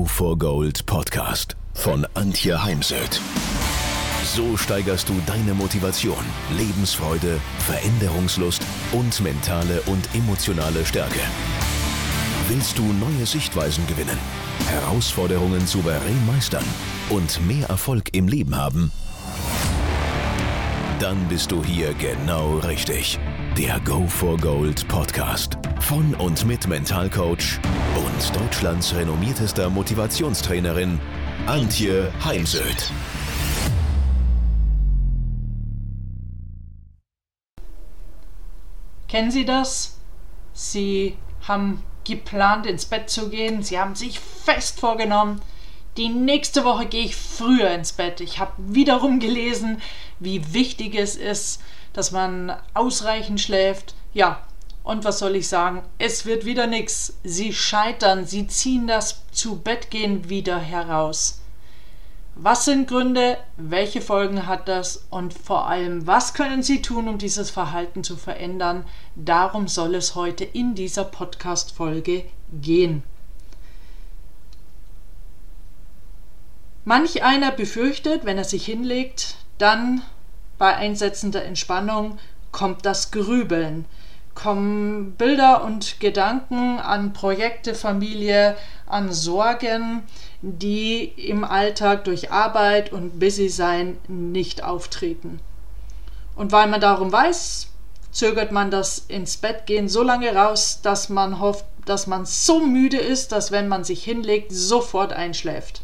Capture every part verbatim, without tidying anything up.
for Gold Podcast von Antje Heimsöth. So steigerst du deine Motivation, Lebensfreude, Veränderungslust und mentale und emotionale Stärke. Willst du neue Sichtweisen gewinnen, Herausforderungen souverän meistern und mehr Erfolg im Leben haben? Dann bist du hier genau richtig. Der Go for Gold Podcast von und mit Mentalcoach und Deutschlands renommiertester Motivationstrainerin Antje Heimsöth. Kennen Sie das? Sie haben geplant, ins Bett zu gehen. Sie haben sich fest vorgenommen, die nächste Woche gehe ich früher ins Bett. Ich habe wiederum gelesen, wie wichtig es ist, dass man ausreichend schläft. Ja, und was soll ich sagen? Es wird wieder nichts. Sie scheitern, sie ziehen das Zu-Bett-Gehen wieder heraus. Was sind Gründe? Welche Folgen hat das? Und vor allem, was können Sie tun, um dieses Verhalten zu verändern? Darum soll es heute in dieser Podcast-Folge gehen. Manch einer befürchtet, wenn er sich hinlegt, dann bei einsetzender Entspannung kommt das Grübeln, kommen Bilder und Gedanken an Projekte, Familie, an Sorgen, die im Alltag durch Arbeit und Busy-Sein nicht auftreten. Und weil man darum weiß, zögert man das ins Bett gehen so lange raus, dass man hofft, dass man so müde ist, dass wenn man sich hinlegt, sofort einschläft.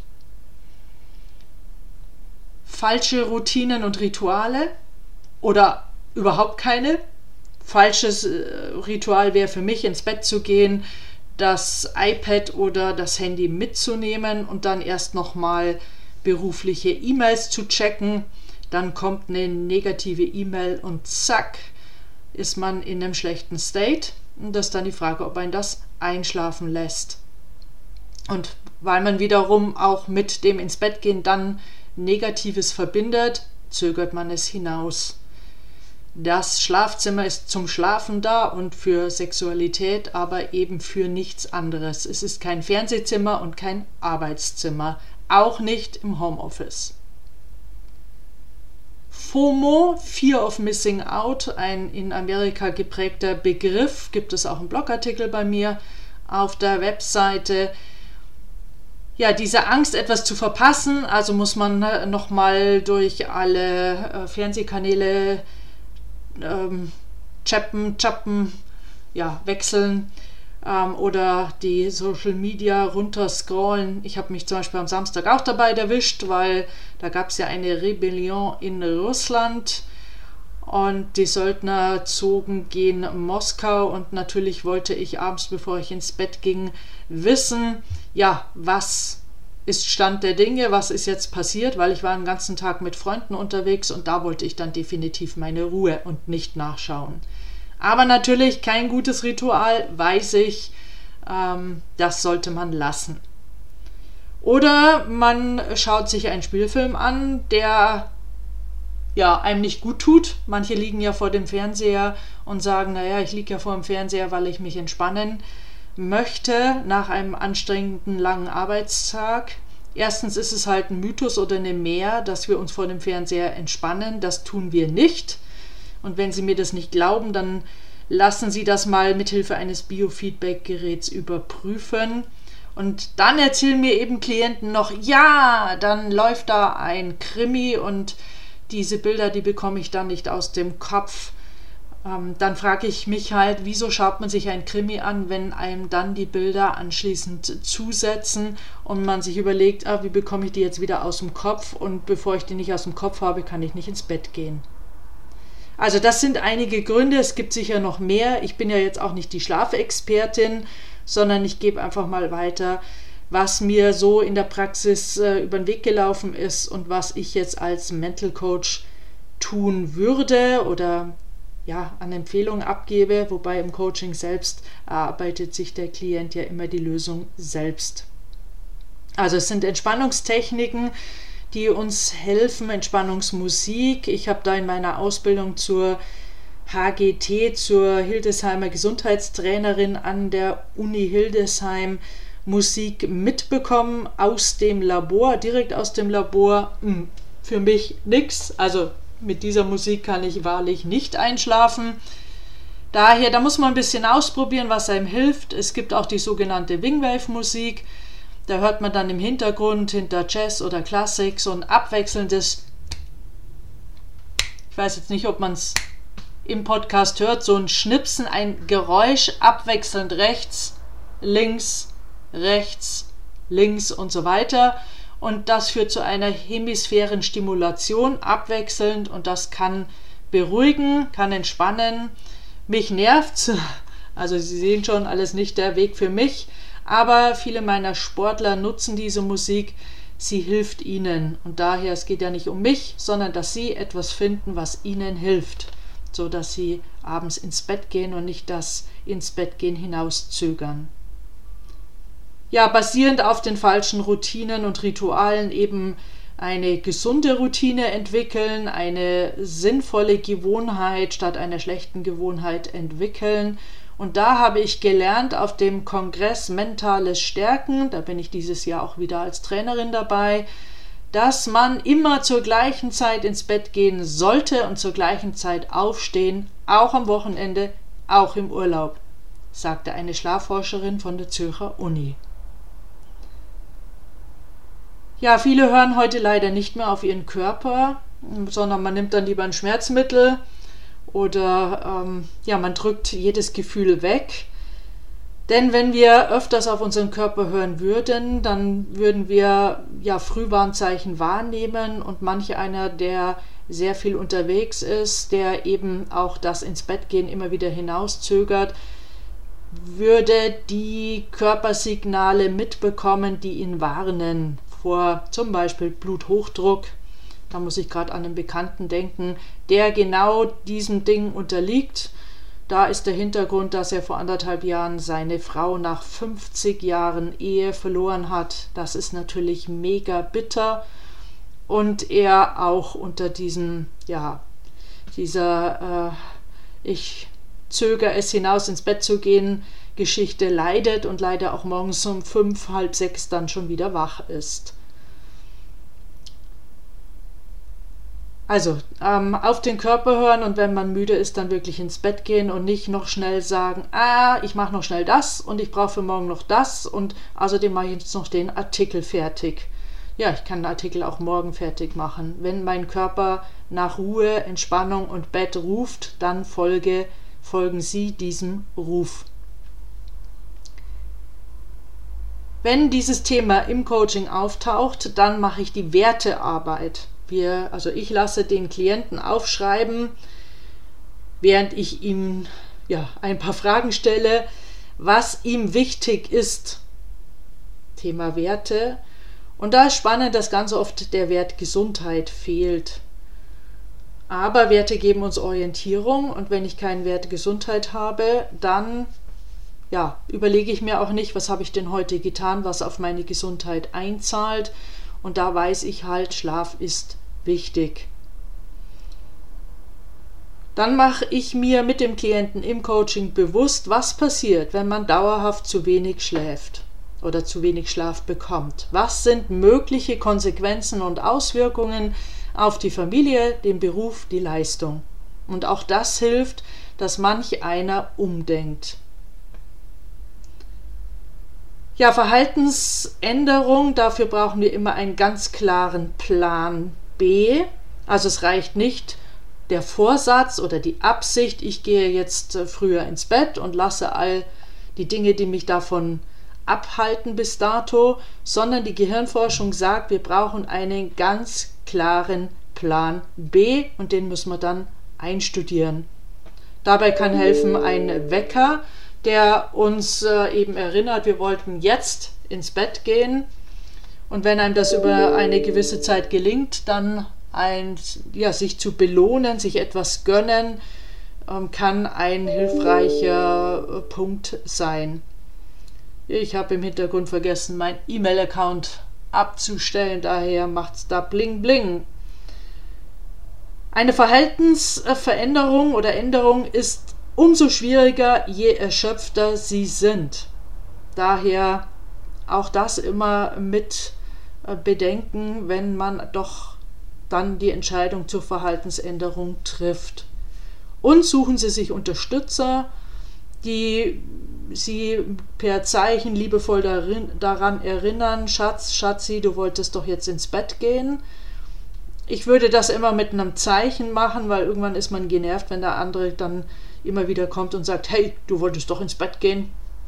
Falsche Routinen und Rituale oder überhaupt keine. Falsches Ritual wäre für mich, ins Bett zu gehen, das iPad oder das Handy mitzunehmen und dann erst nochmal berufliche E-Mails zu checken. Dann kommt eine negative E-Mail und zack, ist man in einem schlechten State. Und das ist dann die Frage, ob ein das einschlafen lässt. Und weil man wiederum auch mit dem ins Bett gehen dann Negatives verbindet, zögert man es hinaus. Das Schlafzimmer ist zum Schlafen da und für Sexualität, aber eben für nichts anderes. Es ist kein Fernsehzimmer und kein Arbeitszimmer, auch nicht im Homeoffice. FOMO, Fear of Missing Out, ein in Amerika geprägter Begriff, gibt es auch einen Blogartikel bei mir auf der Webseite. Ja, diese Angst, etwas zu verpassen, also muss man nochmal durch alle äh, Fernsehkanäle ähm, chappen, chappen, ja, wechseln ähm, oder die Social Media runterscrollen. Ich habe mich zum Beispiel am Samstag auch dabei erwischt, weil da gab es ja eine Rebellion in Russland und die Söldner zogen gen Moskau und natürlich wollte ich abends, bevor ich ins Bett ging, wissen, ja, was ist Stand der Dinge, was ist jetzt passiert, weil ich war den ganzen Tag mit Freunden unterwegs und da wollte ich dann definitiv meine Ruhe und nicht nachschauen. Aber natürlich kein gutes Ritual, weiß ich, ähm, das sollte man lassen. Oder man schaut sich einen Spielfilm an, der ja, einem nicht gut tut. Manche liegen ja vor dem Fernseher und sagen, naja, ich liege ja vor dem Fernseher, weil ich mich entspannen möchte nach einem anstrengenden, langen Arbeitstag. Erstens ist es halt ein Mythos oder eine Mehr, dass wir uns vor dem Fernseher entspannen. Das tun wir nicht. Und wenn Sie mir das nicht glauben, dann lassen Sie das mal mithilfe eines Biofeedback-Geräts überprüfen. Und dann erzählen mir eben Klienten noch, ja, dann läuft da ein Krimi und diese Bilder, die bekomme ich dann nicht aus dem Kopf. Ähm, dann frage ich mich halt, wieso schaut man sich ein Krimi an, wenn einem dann die Bilder anschließend zusetzen und man sich überlegt, ah, wie bekomme ich die jetzt wieder aus dem Kopf und bevor ich die nicht aus dem Kopf habe, kann ich nicht ins Bett gehen. Also das sind einige Gründe, es gibt sicher noch mehr. Ich bin ja jetzt auch nicht die Schlafexpertin, sondern ich gebe einfach mal weiter, was mir so in der Praxis äh, über den Weg gelaufen ist und was ich jetzt als Mental Coach tun würde oder ja, an Empfehlungen abgebe, wobei im Coaching selbst erarbeitet sich der Klient ja immer die Lösung selbst. Also es sind Entspannungstechniken, die uns helfen, Entspannungsmusik. Ich habe da in meiner Ausbildung zur H G T, zur Hildesheimer Gesundheitstrainerin an der Uni Hildesheim, Musik mitbekommen aus dem Labor, direkt aus dem Labor. Für mich nix, also mit dieser Musik kann ich wahrlich nicht einschlafen. Daher, da muss man ein bisschen ausprobieren, was einem hilft. Es gibt auch die sogenannte Wingwave-Musik. Da hört man dann im Hintergrund, hinter Jazz oder Klassik, so ein abwechselndes, ich weiß jetzt nicht, ob man es im Podcast hört, so ein Schnipsen, ein Geräusch, abwechselnd rechts, links, rechts, links und so weiter. Und das führt zu einer Hemisphärenstimulation, abwechselnd, und das kann beruhigen, kann entspannen. Mich nervt's, also Sie sehen schon, alles nicht der Weg für mich, aber viele meiner Sportler nutzen diese Musik, sie hilft ihnen, und daher, es geht ja nicht um mich, sondern dass sie etwas finden, was ihnen hilft, so dass sie abends ins Bett gehen und nicht das ins Bett gehen hinauszögern. Ja, basierend auf den falschen Routinen und Ritualen eben eine gesunde Routine entwickeln, eine sinnvolle Gewohnheit statt einer schlechten Gewohnheit entwickeln. Und da habe ich gelernt auf dem Kongress Mentales Stärken, da bin ich dieses Jahr auch wieder als Trainerin dabei, dass man immer zur gleichen Zeit ins Bett gehen sollte und zur gleichen Zeit aufstehen, auch am Wochenende, auch im Urlaub, sagte eine Schlafforscherin von der Zürcher Uni. Ja, viele hören heute leider nicht mehr auf ihren Körper, sondern man nimmt dann lieber ein Schmerzmittel oder ähm, ja, man drückt jedes Gefühl weg. Denn wenn wir öfters auf unseren Körper hören würden, dann würden wir ja Frühwarnzeichen wahrnehmen, und manch einer, der sehr viel unterwegs ist, der eben auch das ins Bett gehen immer wieder hinauszögert, würde die Körpersignale mitbekommen, die ihn warnen vor zum Beispiel Bluthochdruck. Da muss ich gerade an einen Bekannten denken, der genau diesem Ding unterliegt. Da ist der Hintergrund, dass er vor anderthalb Jahren seine Frau nach fünfzig Jahren Ehe verloren hat. Das ist natürlich mega bitter, und er auch unter diesem, ja, dieser äh, ich zögere es hinaus ins Bett zu gehen Geschichte leidet und leider auch morgens um fünf, halb sechs dann schon wieder wach ist. Also ähm, auf den Körper hören, und wenn man müde ist, dann wirklich ins Bett gehen und nicht noch schnell sagen, ah, ich mache noch schnell das und ich brauche für morgen noch das und außerdem mache ich jetzt noch den Artikel fertig. Ja, ich kann den Artikel auch morgen fertig machen. Wenn mein Körper nach Ruhe, Entspannung und Bett ruft, dann folge, folgen Sie diesem Ruf. Wenn dieses Thema im Coaching auftaucht, dann mache ich die Wertearbeit. Wir, also ich lasse den Klienten aufschreiben, während ich ihm ja, ein paar Fragen stelle, was ihm wichtig ist. Thema Werte. Und da ist spannend, dass ganz oft der Wert Gesundheit fehlt. Aber Werte geben uns Orientierung, und wenn ich keinen Wert Gesundheit habe, dann ja, überlege ich mir auch nicht, was habe ich denn heute getan, was auf meine Gesundheit einzahlt. Und da weiß ich halt, Schlaf ist wichtig. Dann mache ich mir mit dem Klienten im Coaching bewusst, was passiert, wenn man dauerhaft zu wenig schläft oder zu wenig Schlaf bekommt. Was sind mögliche Konsequenzen und Auswirkungen auf die Familie, den Beruf, die Leistung? Und auch das hilft, dass manch einer umdenkt. Ja, Verhaltensänderung, dafür brauchen wir immer einen ganz klaren Plan B. Also es reicht nicht der Vorsatz oder die Absicht, ich gehe jetzt früher ins Bett und lasse all die Dinge, die mich davon abhalten bis dato, sondern die Gehirnforschung sagt, wir brauchen einen ganz klaren Plan B, und den müssen wir dann einstudieren. Dabei kann helfen ein Wecker, der uns äh, eben erinnert, wir wollten jetzt ins Bett gehen, und wenn einem das über eine gewisse Zeit gelingt, dann ein, ja, sich zu belohnen, sich etwas gönnen, ähm, kann ein hilfreicher äh, Punkt sein. Ich habe im Hintergrund vergessen, mein E-Mail-Account abzustellen, daher macht es da bling bling. Eine Verhaltensveränderung oder Änderung ist umso schwieriger, je erschöpfter Sie sind. Daher auch das immer mit bedenken, wenn man doch dann die Entscheidung zur Verhaltensänderung trifft. Und suchen Sie sich Unterstützer, die Sie per Zeichen liebevoll darin, daran erinnern, Schatz, Schatzi, du wolltest doch jetzt ins Bett gehen. Ich würde das immer mit einem Zeichen machen, weil irgendwann ist man genervt, wenn der andere dann immer wieder kommt und sagt, hey, du wolltest doch ins Bett gehen.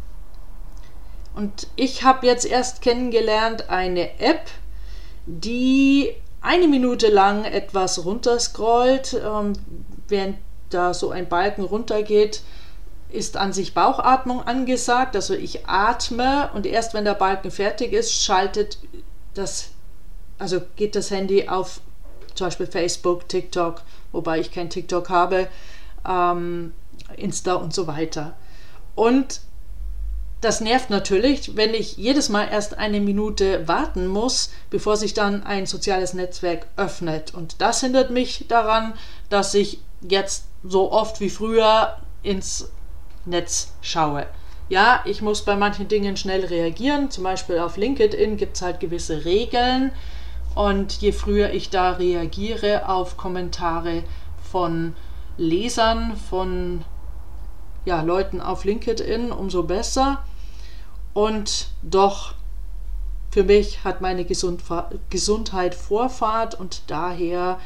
Und ich habe jetzt erst kennengelernt eine App, die eine Minute lang etwas runterscrollt, ähm, während da so ein Balken runtergeht, ist an sich Bauchatmung angesagt. Also ich atme und erst wenn der Balken fertig ist, schaltet das, also geht das Handy auf zum Beispiel Facebook, TikTok, wobei ich kein TikTok habe, ähm, Insta und so weiter. Und das nervt natürlich, wenn ich jedes Mal erst eine Minute warten muss, bevor sich dann ein soziales Netzwerk öffnet. Und das hindert mich daran, dass ich jetzt so oft wie früher ins Netz schaue. Ja, ich muss bei manchen Dingen schnell reagieren. Zum Beispiel auf LinkedIn gibt es halt gewisse Regeln. Und je früher ich da reagiere auf Kommentare von Lesern, von ja, Leuten auf LinkedIn, umso besser. Und doch, für mich hat meine Gesund- Gesundheit Vorfahrt und daher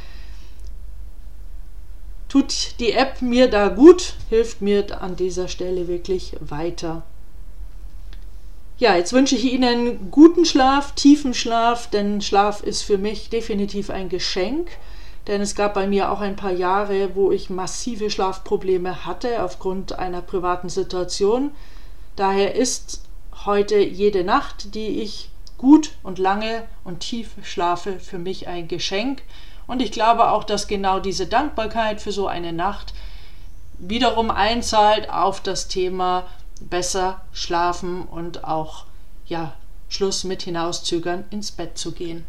tut die App mir da gut, hilft mir an dieser Stelle wirklich weiter. Ja, jetzt wünsche ich Ihnen guten Schlaf, tiefen Schlaf, denn Schlaf ist für mich definitiv ein Geschenk. Denn es gab bei mir auch ein paar Jahre, wo ich massive Schlafprobleme hatte aufgrund einer privaten Situation. Daher ist heute jede Nacht, die ich gut und lange und tief schlafe, für mich ein Geschenk. Und ich glaube auch, dass genau diese Dankbarkeit für so eine Nacht wiederum einzahlt auf das Thema besser schlafen und auch ja, Schluss mit hinauszögern, ins Bett zu gehen.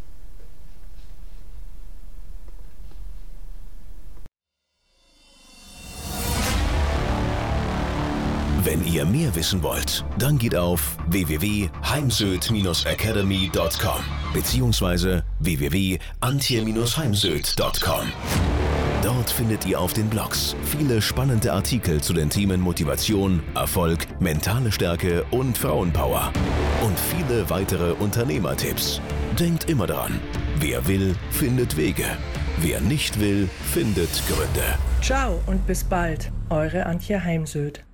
Wenn ihr mehr wissen wollt, dann geht auf w w w punkt heimsöd academy punkt com bzw. w w w punkt antje heimsöd punkt com. Dort findet ihr auf den Blogs viele spannende Artikel zu den Themen Motivation, Erfolg, mentale Stärke und Frauenpower. Und viele weitere Unternehmertipps. Denkt immer daran, wer will, findet Wege. Wer nicht will, findet Gründe. Ciao und bis bald, eure Antje Heimsöd.